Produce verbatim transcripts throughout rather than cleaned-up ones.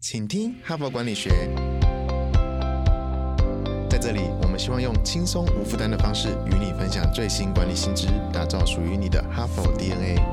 请听哈佛管理学。在这里，我们希望用轻松无负担的方式与你分享最新管理新知，打造属于你的哈佛 D N A。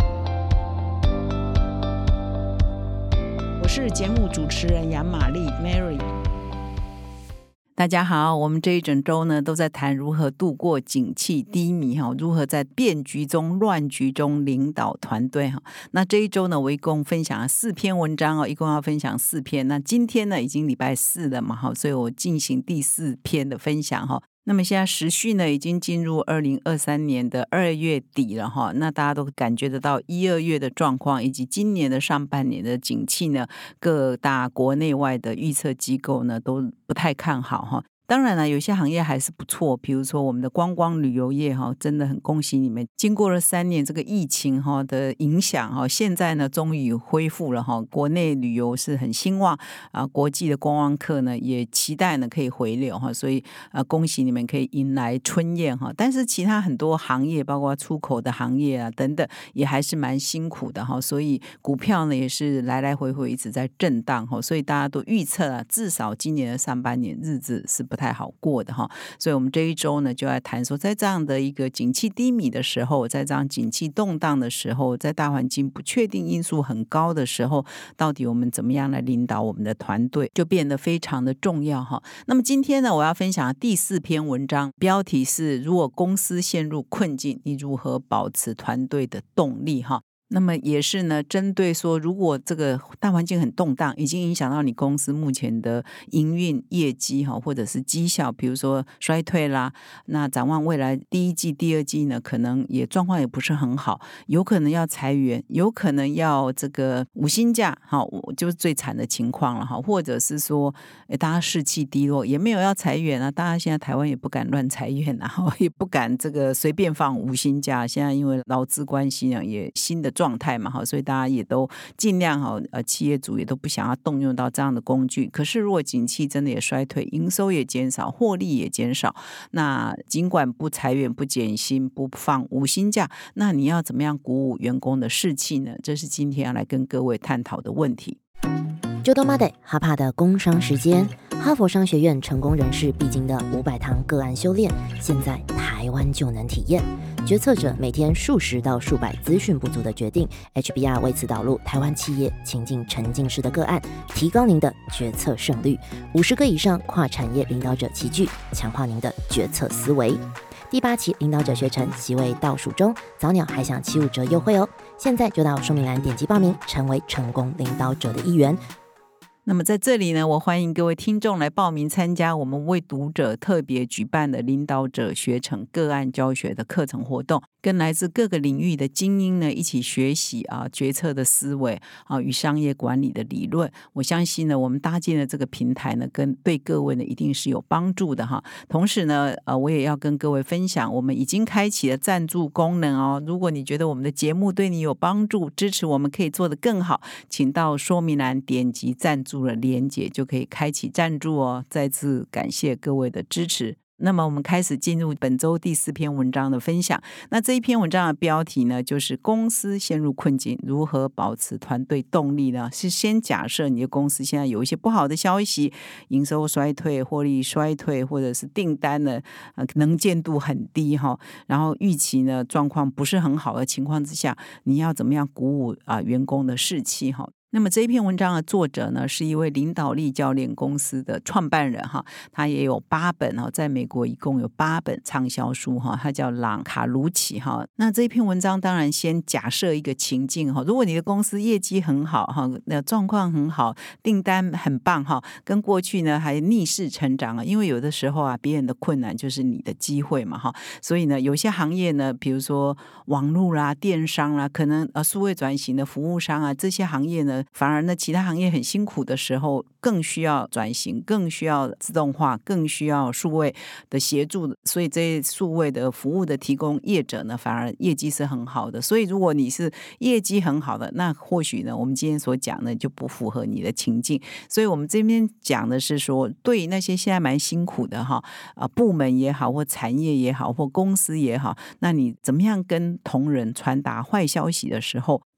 我是节目主持人杨玛丽 Mary。大家好，我们这一整周呢都在谈如何度过景气低迷，如何在变局中乱局中领导团队。那这一周呢我一共分享了四篇文章，一共要分享四篇。那今天呢已经礼拜四了嘛，所以我进行第四篇的分享。那么现在时序呢已经进入二零二三年的二月底了哈，那大家都感觉得到一二月的状况，以及今年的上半年的景气呢，各大国内外的预测机构呢都不太看好哈。当然了，有些行业还是不错，比如说我们的观光旅游业哈，真的很恭喜你们，经过了三年这个疫情哈的影响哈，现在呢终于恢复了哈，国内旅游是很兴旺啊，国际的观光客呢也期待呢可以回流哈，所以啊恭喜你们可以迎来春宴哈。但是其他很多行业，包括出口的行业啊等等，也还是蛮辛苦的哈，所以股票呢也是来来回回一直在震荡哈，所以大家都预测啊，至少今年的上半年日子是不太好过的哈，所以我们这一周呢就来谈说，在这样的一个景气低迷的时候，在这样景气动荡的时候，在大环境不确定因素很高的时候，到底我们怎么样来领导我们的团队，就变得非常的重要哈。那么今天呢，我要分享的第四篇文章，标题是如果公司陷入困境，你如何保持团队的动力哈。那么也是呢，针对说如果这个大环境很动荡，已经影响到你公司目前的营运业绩或者是绩效，比如说衰退啦，那展望未来第一季第二季呢可能也状况也不是很好，有可能要裁员，有可能要这个无薪假，就是最惨的情况了，或者是说大家士气低落，也没有要裁员啊，大家现在台湾也不敢乱裁员啊，也不敢这个随便放无薪假，现在因为劳资关系呢也新的状态嘛，所以大家也都尽量呃，企业主也都不想要动用到这样的工具。可是如果景气真的也衰退，营收也减少，获利也减少，那尽管不裁员不减薪不放无薪假，那你要怎么样鼓舞员工的士气呢？这是今天要来跟各位探讨的问题。 就到妈的哈帕的工商时间，哈佛商学院成功人士必经的五百堂个案修炼，现在台湾就能体验。决策者每天数十到数百资讯不足的决定 ，H B R 为此导入台湾企业情境沉浸式的个案，提高您的决策胜率。五十个以上跨产业领导者齐聚，强化您的决策思维。第八期领导者学程席位倒数中，早鸟还享七五折优惠哦！现在就到说明栏点击报名，成为成功领导者的一员。 那么在这里呢，我欢迎各位听众来报名参加我们为读者特别举办的领导者学程个案教学的课程活动，跟来自各个领域的精英呢一起学习啊决策的思维啊与商业管理的理论。我相信呢，我们搭建的这个平台呢，跟对各位呢一定是有帮助的哈。同时呢，呃，我也要跟各位分享，我们已经开启了赞助功能哦。如果你觉得我们的节目对你有帮助，支持我们可以做得更好，请到说明栏点击赞助的连结就可以开启赞助哦。再次感谢各位的支持。那么我们开始进入本周第四篇文章的分享。那这一篇文章的标题呢，就是公司陷入困境，如何保持团队动力呢？是先假设你的公司现在有一些不好的消息，营收衰退、获利衰退，或者是订单呢、呃、能见度很低哈，然后预期呢状况不是很好的情况之下，你要怎么样鼓舞啊、呃、员工的士气哈？那么这一篇文章的作者呢，是一位领导力教练公司的创办人哈，他也有八本哈，在美国一共有八本畅销书哈，他叫朗卡卢奇哈。那这一篇文章当然先假设一个情境哈，如果你的公司业绩很好哈，那状况很好，订单很棒哈，跟过去呢还逆势成长啊，因为有的时候啊，别人的困难就是你的机会嘛哈，所以呢，有些行业呢，比如说网络啦、电商啦，可能呃数位转型的服务商啊，这些行业呢。反而呢，其他行业很辛苦的时候，更需要转型，更需要自动化，更需要数位的协助，所以这些数位的服务的提供业者呢，反而业绩是很好的。所以如果你是业绩很好的，那或许呢，我们今天所讲的就不符合你的情境。所以我们这边讲的是说，对那些现在蛮辛苦的哈，啊部门也好，或产业也好，或公司也好，那你怎么样跟同仁传达坏消息的时候，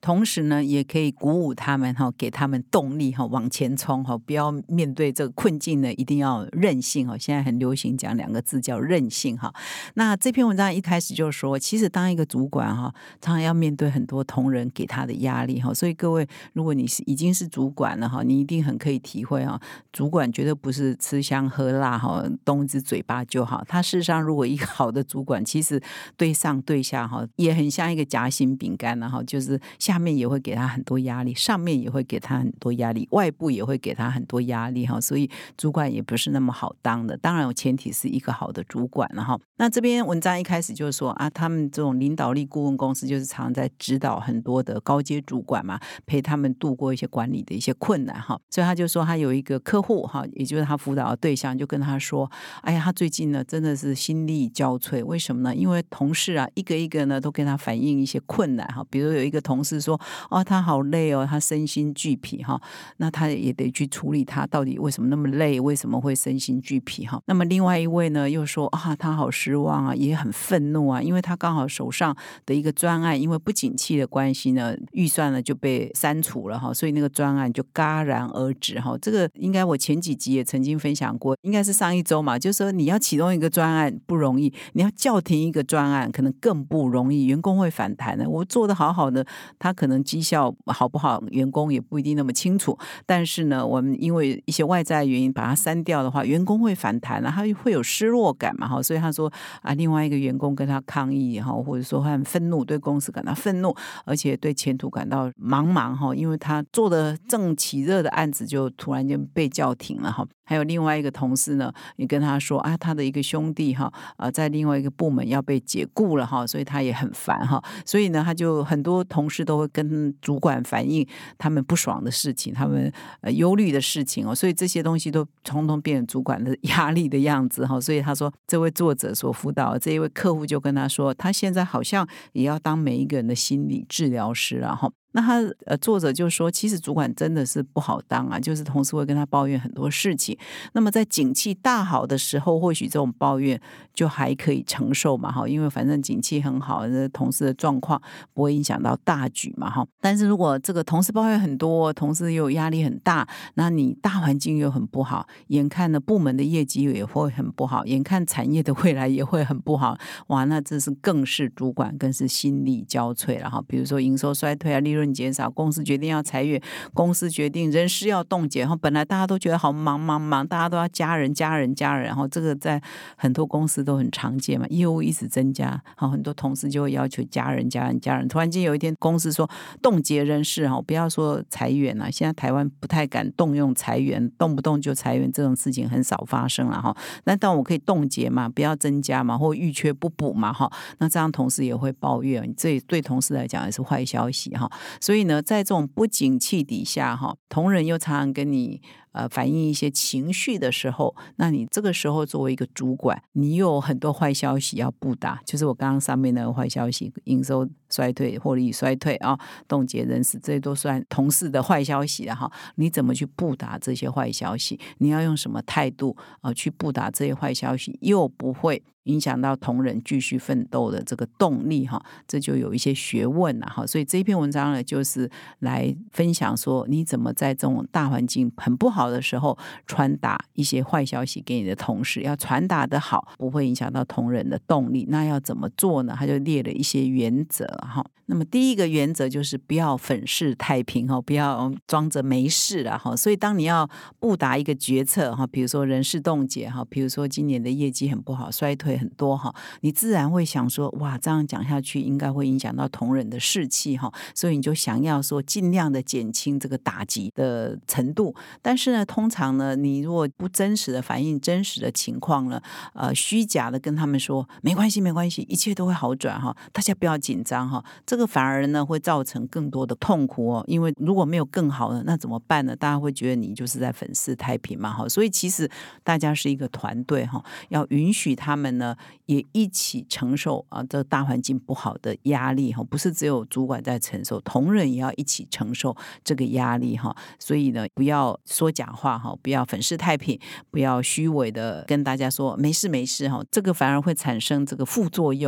同时呢也可以鼓舞他们，给他们动力往前冲，不要面对这个困境呢一定要韧性，现在很流行讲两个字叫韧性。那这篇文章一开始就说，其实当一个主管常常要面对很多同仁给他的压力，所以各位如果你是已经是主管了，你一定很可以体会，主管绝对不是吃香喝辣动一只嘴巴就好，他事实上如果一个好的主管，其实对上对下也很像一个夹心饼干，就是下面也会给他很多压力，上面也会给他很多压力，外部也会给他很多压力，所以主管也不是那么好当的。当然前提是一个好的主管。那这边文章一开始就说啊，他们这种领导力顾问公司就是常常在指导很多的高阶主管嘛，陪他们度过一些管理的一些困难。所以他就说他有一个客户，也就是他辅导的对象，就跟他说，哎呀，他最近呢真的是心力交瘁。为什么呢？因为同事啊一个一个呢都跟他反映一些困难，比如有一个同事说，哦，他好累哦，他身心俱疲，那他也得去处理他到底为什么那么累，为什么会身心俱疲。那么另外一位呢又说啊，他好失望啊，也很愤怒啊，因为他刚好手上的一个专案因为不景气的关系呢，预算呢就被删除了，所以那个专案就戛然而止。这个应该我前几集也曾经分享过，应该是上一周嘛，就是说你要启动一个专案不容易，你要叫停一个专案可能更不容易，员工会反弹的。我做得好好的，他可能绩效好不好员工也不一定那么清楚，但是呢我们因为一些外在原因把它删掉的话，员工会反弹，他会有失落感嘛，所以他说啊，另外一个员工跟他抗议，或者说他很愤怒，对公司感到愤怒，而且对前途感到茫茫，因为他做的正起热的案子就突然间被叫停了。还有另外一个同事呢也跟他说啊，他的一个兄弟哈呃在另外一个部门要被解雇了哈，所以他也很烦哈。所以呢他就很多同事都会跟主管反映他们不爽的事情，他们呃忧虑的事情哦，所以这些东西都统统变成主管的压力的样子哈。所以他说这位作者所辅导的这一位客户就跟他说，他现在好像也要当每一个人的心理治疗师了哈。那他呃作者就说，其实主管真的是不好当啊，就是同事会跟他抱怨很多事情。那么在景气大好的时候，或许这种抱怨就还可以承受嘛，因为反正景气很好，同事的状况不会影响到大局嘛。但是如果这个同事抱怨很多，同事又压力很大，那你大环境又很不好，眼看呢部门的业绩也会很不好，眼看产业的未来也会很不好，哇，那这是更是主管更是心力交瘁了。比如说营收衰退啊，利润减少，公司决定要裁员，公司决定人事要冻结，然后本来大家都觉得好忙忙忙，大家都要加人加人加人，然后这个在很多公司都很常见嘛，业务一直增加，很多同事就会要求加人加人加人，突然间有一天公司说冻结人事，不要说裁员了，现在台湾不太敢动用裁员，动不动就裁员这种事情很少发生了，那当然我可以冻结嘛，不要增加嘛，或预缺不补嘛，那这样同事也会抱怨，这对同事来讲也是坏消息。所以呢在这种不景气底下，同仁又常常跟你呃反映一些情绪的时候，那你这个时候作为一个主管，你又有很多坏消息要布达，就是我刚刚上面那个坏消息，营收衰退，获利衰退啊，冻结人事，这些都算同事的坏消息了哈。你怎么去布达这些坏消息？你要用什么态度呃去布达这些坏消息，又不会影响到同仁继续奋斗的这个动力哈，这就有一些学问了哈。所以这篇文章呢，就是来分享说，你怎么在这种大环境很不好的时候，传达一些坏消息给你的同事，要传达的好，不会影响到同仁的动力。那要怎么做呢？他就列了一些原则哈。那么第一个原则就是不要粉饰太平，不要装着没事了。所以当你要布达一个决策，比如说人事冻结，比如说今年的业绩很不好，衰退很多，你自然会想说，哇，这样讲下去应该会影响到同仁的士气，所以你就想要说尽量的减轻这个打击的程度。但是呢通常呢你如果不真实的反映真实的情况呢，呃，虚假的跟他们说没关系没关系，一切都会好转，大家不要紧张，这个反而呢会造成更多的痛苦哦。因为如果没有更好的那怎么办呢？大家会觉得你就是在粉饰太平嘛。所以其实大家是一个团队，要允许他们呢也一起承受啊这大环境不好的压力，不是只有主管在承受，同仁也要一起承受这个压力。所以呢不要说假话，不要粉饰太平，不要虚伪的跟大家说没事没事，这个反而会产生这个副作用啊。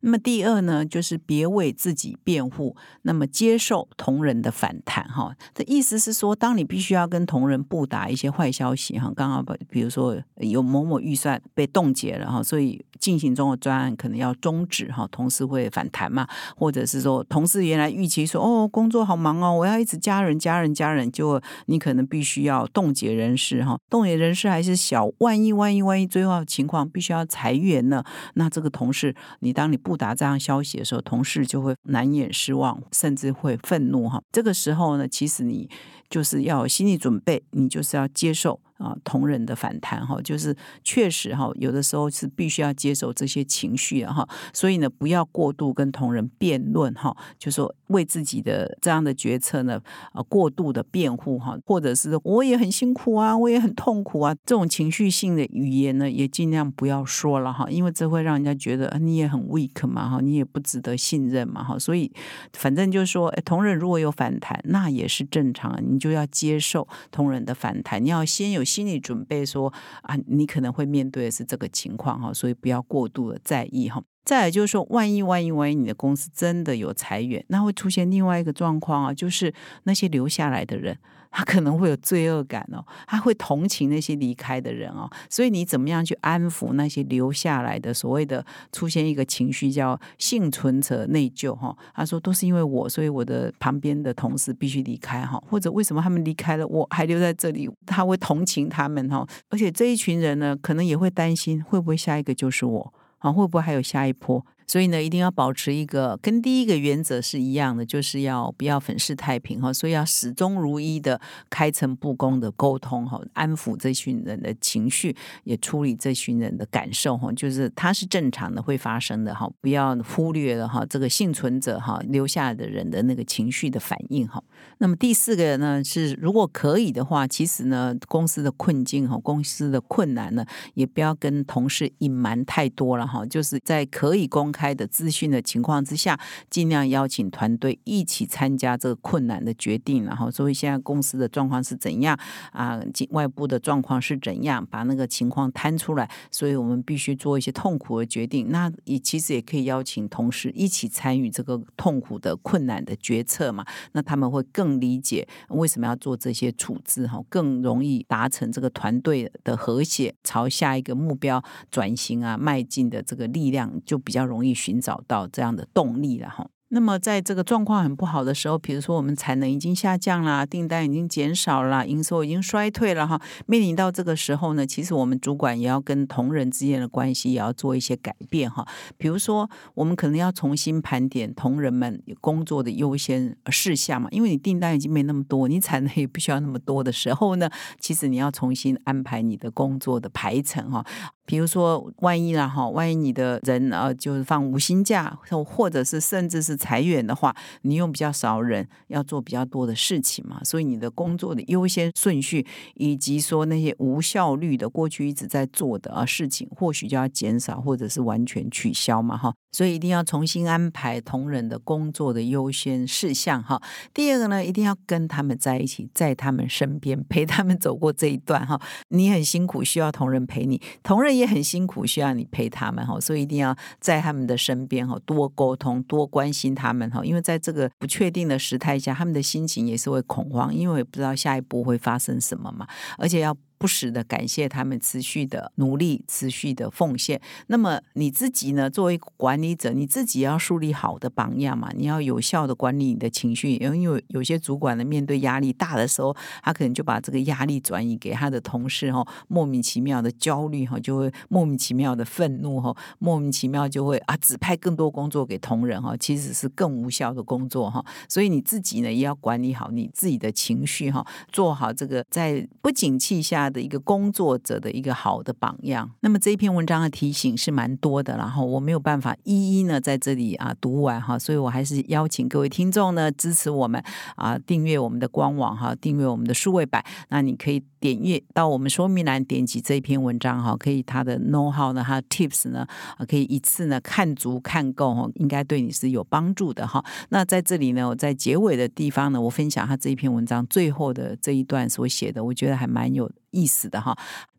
那么第二呢，就是别为自己辩护，那么接受同仁的反弹哈。这意思是说，当你必须要跟同仁布达一些坏消息哈，刚好比如说有某某预算被冻结了哈，所以进行中的专案可能要终止哈，同事会反弹嘛，或者是说同事原来预期说哦工作好忙哦，我要一直加人加人加人，就你可能必须要冻结人事哈，冻结人事还是小，万一万一万一最后情况必须要裁员呢，那这个同事你当你不打这样消息的时候，同事就会难掩失望，甚至会愤怒哈。这个时候呢，其实你就是要有心理准备，你就是要接受啊同仁的反弹哈，就是确实哈，有的时候是必须要接受这些情绪的哈，所以呢，不要过度跟同仁辩论哈，就说为自己的这样的决策呢，啊过度的辩护哈，或者是我也很辛苦啊，我也很痛苦啊，这种情绪性的语言呢，也尽量不要说了哈，因为这会让人家觉得你也很 weak 嘛哈，你也不值得信任嘛哈，所以反正就是说，同仁如果有反弹，那也是正常，你就要接受同仁的反弹，你要先有心理准备说啊，你可能会面对的是这个情况哈，所以不要过度的在意哈。再来就是说，万一万一万一你的公司真的有裁员，那会出现另外一个状况啊，就是那些留下来的人，他可能会有罪恶感哦，他会同情那些离开的人哦，所以你怎么样去安抚那些留下来的所谓的出现一个情绪叫幸存者内疚哈？他说都是因为我，所以我的旁边的同事必须离开哈，或者为什么他们离开了，我还留在这里？他会同情他们哈，而且这一群人呢，可能也会担心会不会下一个就是我。啊，会不会还有下一波？所以呢，一定要保持一个跟第一个原则是一样的，就是要不要粉饰太平哈，所以要始终如一的开诚布公的沟通哈，安抚这群人的情绪，也处理这群人的感受哈，就是它是正常的会发生的哈，不要忽略了哈这个幸存者哈留下的人的那个情绪的反应哈。那么第四个呢是，如果可以的话，其实呢公司的困境哈，公司的困难呢，也不要跟同事隐瞒太多了哈，就是在可以公开的资讯的情况之下，尽量邀请团队一起参加这个困难的决定，然后所以现在公司的状况是怎样啊？外部的状况是怎样？把那个情况摊出来，所以我们必须做一些痛苦的决定。那也其实也可以邀请同事一起参与这个痛苦的困难的决策嘛，那他们会更理解为什么要做这些处置哈，更容易达成这个团队的和谐，朝下一个目标转型啊迈进的这个力量就比较容易寻找到这样的动力了哈。那么在这个状况很不好的时候，比如说我们产能已经下降啦，订单已经减少啦，营收已经衰退了哈，面临到这个时候呢，其实我们主管也要跟同仁之间的关系也要做一些改变哈。比如说我们可能要重新盘点同仁们工作的优先事项嘛，因为你订单已经没那么多，你产能也不需要那么多的时候呢，其实你要重新安排你的工作的排程哈。比如说万一啦哈，万一你的人呃就是放无薪假，或者是甚至是裁员的话，你用比较少人要做比较多的事情嘛，所以你的工作的优先顺序，以及说那些无效率的过去一直在做的啊事情，或许就要减少或者是完全取消嘛哈。所以一定要重新安排同仁的工作的优先事项哈。第二个呢，一定要跟他们在一起，在他们身边陪他们走过这一段哈。你很辛苦，需要同仁陪你，同仁也很辛苦，需要你陪他们哈。所以一定要在他们的身边哈，多沟通，多关心他们哈。因为在这个不确定的时态下，他们的心情也是会恐慌，因为不知道下一步会发生什么嘛，而且要不时的感谢他们持续的努力，持续的奉献。那么你自己呢，作为管理者，你自己要树立好的榜样嘛，你要有效的管理你的情绪。因为有些主管呢，面对压力大的时候，他可能就把这个压力转移给他的同事哈，莫名其妙的焦虑哈，就会莫名其妙的愤怒哈，莫名其妙就会啊指派更多工作给同仁哈，其实是更无效的工作哈。所以你自己呢，也要管理好你自己的情绪哈，做好这个在不景气下的一个工作者的一个好的榜样。那么这一篇文章的提醒是蛮多的，然后我没有办法一一呢在这里啊读完哈，所以我还是邀请各位听众呢支持我们啊，订阅我们的官网哈，订阅我们的数位版。那你可以点阅到我们说明栏，点击这一篇文章哈，可以它的 know how 呢，它的 tips 呢，可以一次呢看足看够哈，应该对你是有帮助的哈。那在这里呢，我在结尾的地方呢，我分享他这一篇文章最后的这一段所写的，我觉得还蛮有意思的哈。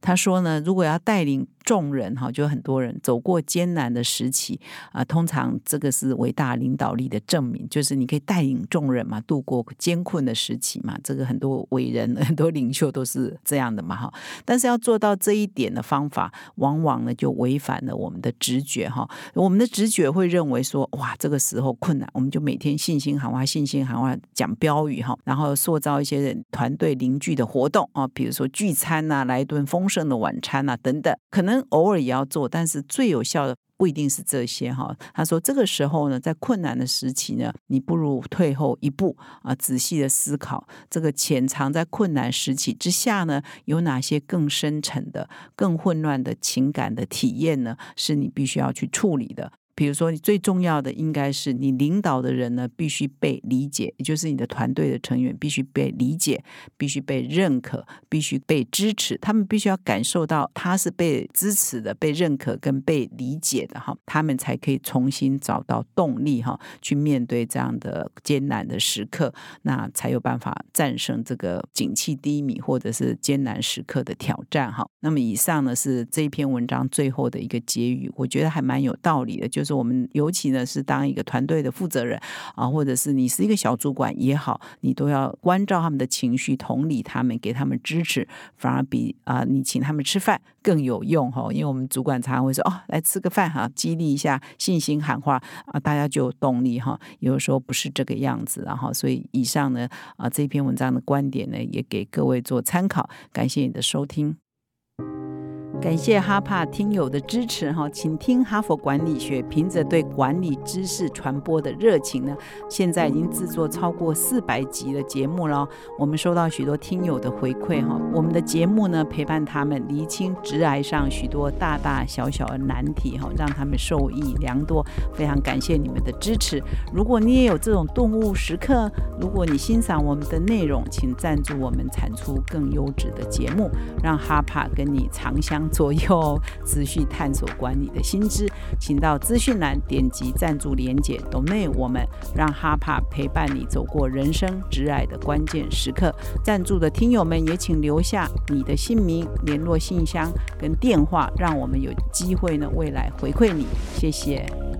他说呢，如果要带领众人哈，就很多人走过艰难的时期啊，通常这个是伟大领导力的证明，就是你可以带领众人嘛，度过艰困的时期嘛。这个很多伟人、很多领袖都是这样的嘛哈。但是要做到这一点的方法，往往呢就违反了我们的直觉哈。我们的直觉会认为说，哇，这个时候困难，我们就每天信心喊话、信心喊话，讲标语哈，然后塑造一些团队凝聚的活动啊，比如说聚餐啊，来一顿丰盛的晚餐啊等等，可能偶尔也要做，但是最有效的不一定是这些哈。他说这个时候呢，在困难的时期呢，你不如退后一步啊，仔细的思考这个潜藏在困难时期之下呢，有哪些更深层的、更混乱的情感的体验呢，是你必须要去处理的。比如说，你最重要的应该是你领导的人呢，必须被理解，也就是你的团队的成员必须被理解，必须被认可，必须被支持。他们必须要感受到他是被支持的、被认可跟被理解的哈，他们才可以重新找到动力哈，去面对这样的艰难的时刻，那才有办法战胜这个景气低迷或者是艰难时刻的挑战哈。那么以上呢是这一篇文章最后的一个结语，我觉得还蛮有道理的，就是我们尤其呢是当一个团队的负责人啊，或者是你是一个小主管也好，你都要关照他们的情绪，同理他们，给他们支持，反而比啊、呃、你请他们吃饭更有用哈。因为我们主管常常会说哦，来吃个饭哈，激励一下，信心喊话啊，大家就有动力哈。有的时候不是这个样子，然后所以以上呢啊这篇文章的观点呢，也给各位做参考。感谢你的收听。感谢哈帕听友的支持哈，请听哈佛管理学凭着对管理知识传播的热情呢，现在已经制作超过四百集的节目了。我们收到许多听友的回馈哈，我们的节目呢陪伴他们厘清职涯上许多大大小小的难题哈，让他们受益良多。非常感谢你们的支持。如果你也有这种顿悟时刻，如果你欣赏我们的内容，请赞助我们产出更优质的节目，让哈帕跟你长相左右，持续探索管理的新知。请到资讯栏点击赞助连结 donate 我们，让哈帕陪伴你走过人生职涯的关键时刻。赞助的听友们也请留下你的姓名、联络信箱跟电话，让我们有机会呢未来回馈你。谢谢。